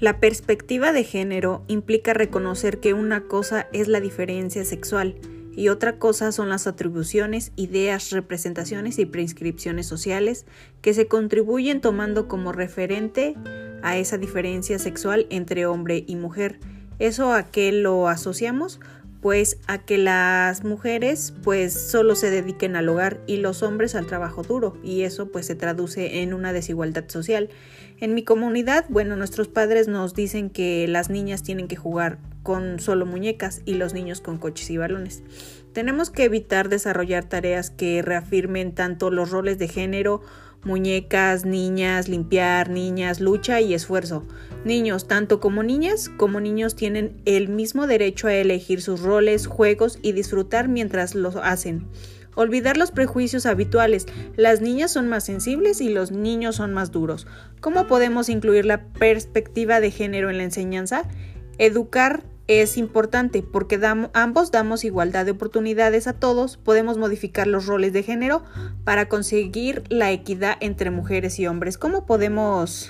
La perspectiva de género implica reconocer que una cosa es la diferencia sexual y otra cosa son las atribuciones, ideas, representaciones y prescripciones sociales que se contribuyen tomando como referente a esa diferencia sexual entre hombre y mujer. ¿Eso a qué lo asociamos? Pues a que las mujeres solo se dediquen al hogar y los hombres al trabajo duro, y eso se traduce en una desigualdad social. En mi comunidad, nuestros padres nos dicen que las niñas tienen que jugar con solo muñecas y los niños con coches y balones. Tenemos que evitar desarrollar tareas que reafirmen tanto los roles de género, muñecas, niñas, limpiar, niñas, lucha y esfuerzo. Niños, tanto como niñas como niños, tienen el mismo derecho a elegir sus roles, juegos y disfrutar mientras lo hacen. Olvidar los prejuicios habituales. Las niñas son más sensibles y los niños son más duros. ¿Cómo podemos incluir la perspectiva de género en la enseñanza? Educar es importante porque ambos damos igualdad de oportunidades a todos. Podemos modificar los roles de género para conseguir la equidad entre mujeres y hombres. ¿Cómo podemos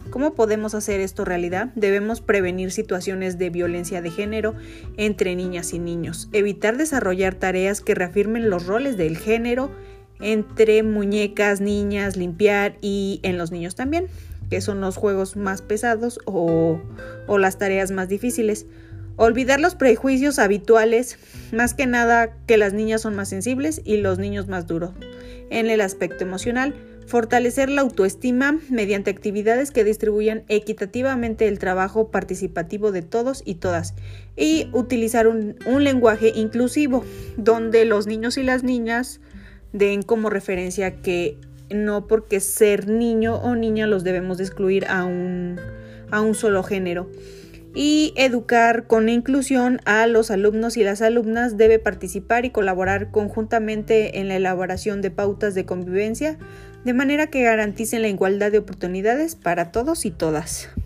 hacer esto realidad? Debemos prevenir situaciones de violencia de género entre niñas y niños. Evitar desarrollar tareas que reafirmen los roles del género entre muñecas, niñas, limpiar y en los niños también, que son los juegos más pesados o las tareas más difíciles. Olvidar los prejuicios habituales, más que nada que las niñas son más sensibles y los niños más duros. En el aspecto emocional, fortalecer la autoestima mediante actividades que distribuyan equitativamente el trabajo participativo de todos y todas, y utilizar un lenguaje inclusivo donde los niños y las niñas den como referencia que no porque ser niño o niña los debemos de excluir a un solo género. Y educar con inclusión a los alumnos y las alumnas. Debe participar y colaborar conjuntamente en la elaboración de pautas de convivencia, de manera que garanticen la igualdad de oportunidades para todos y todas.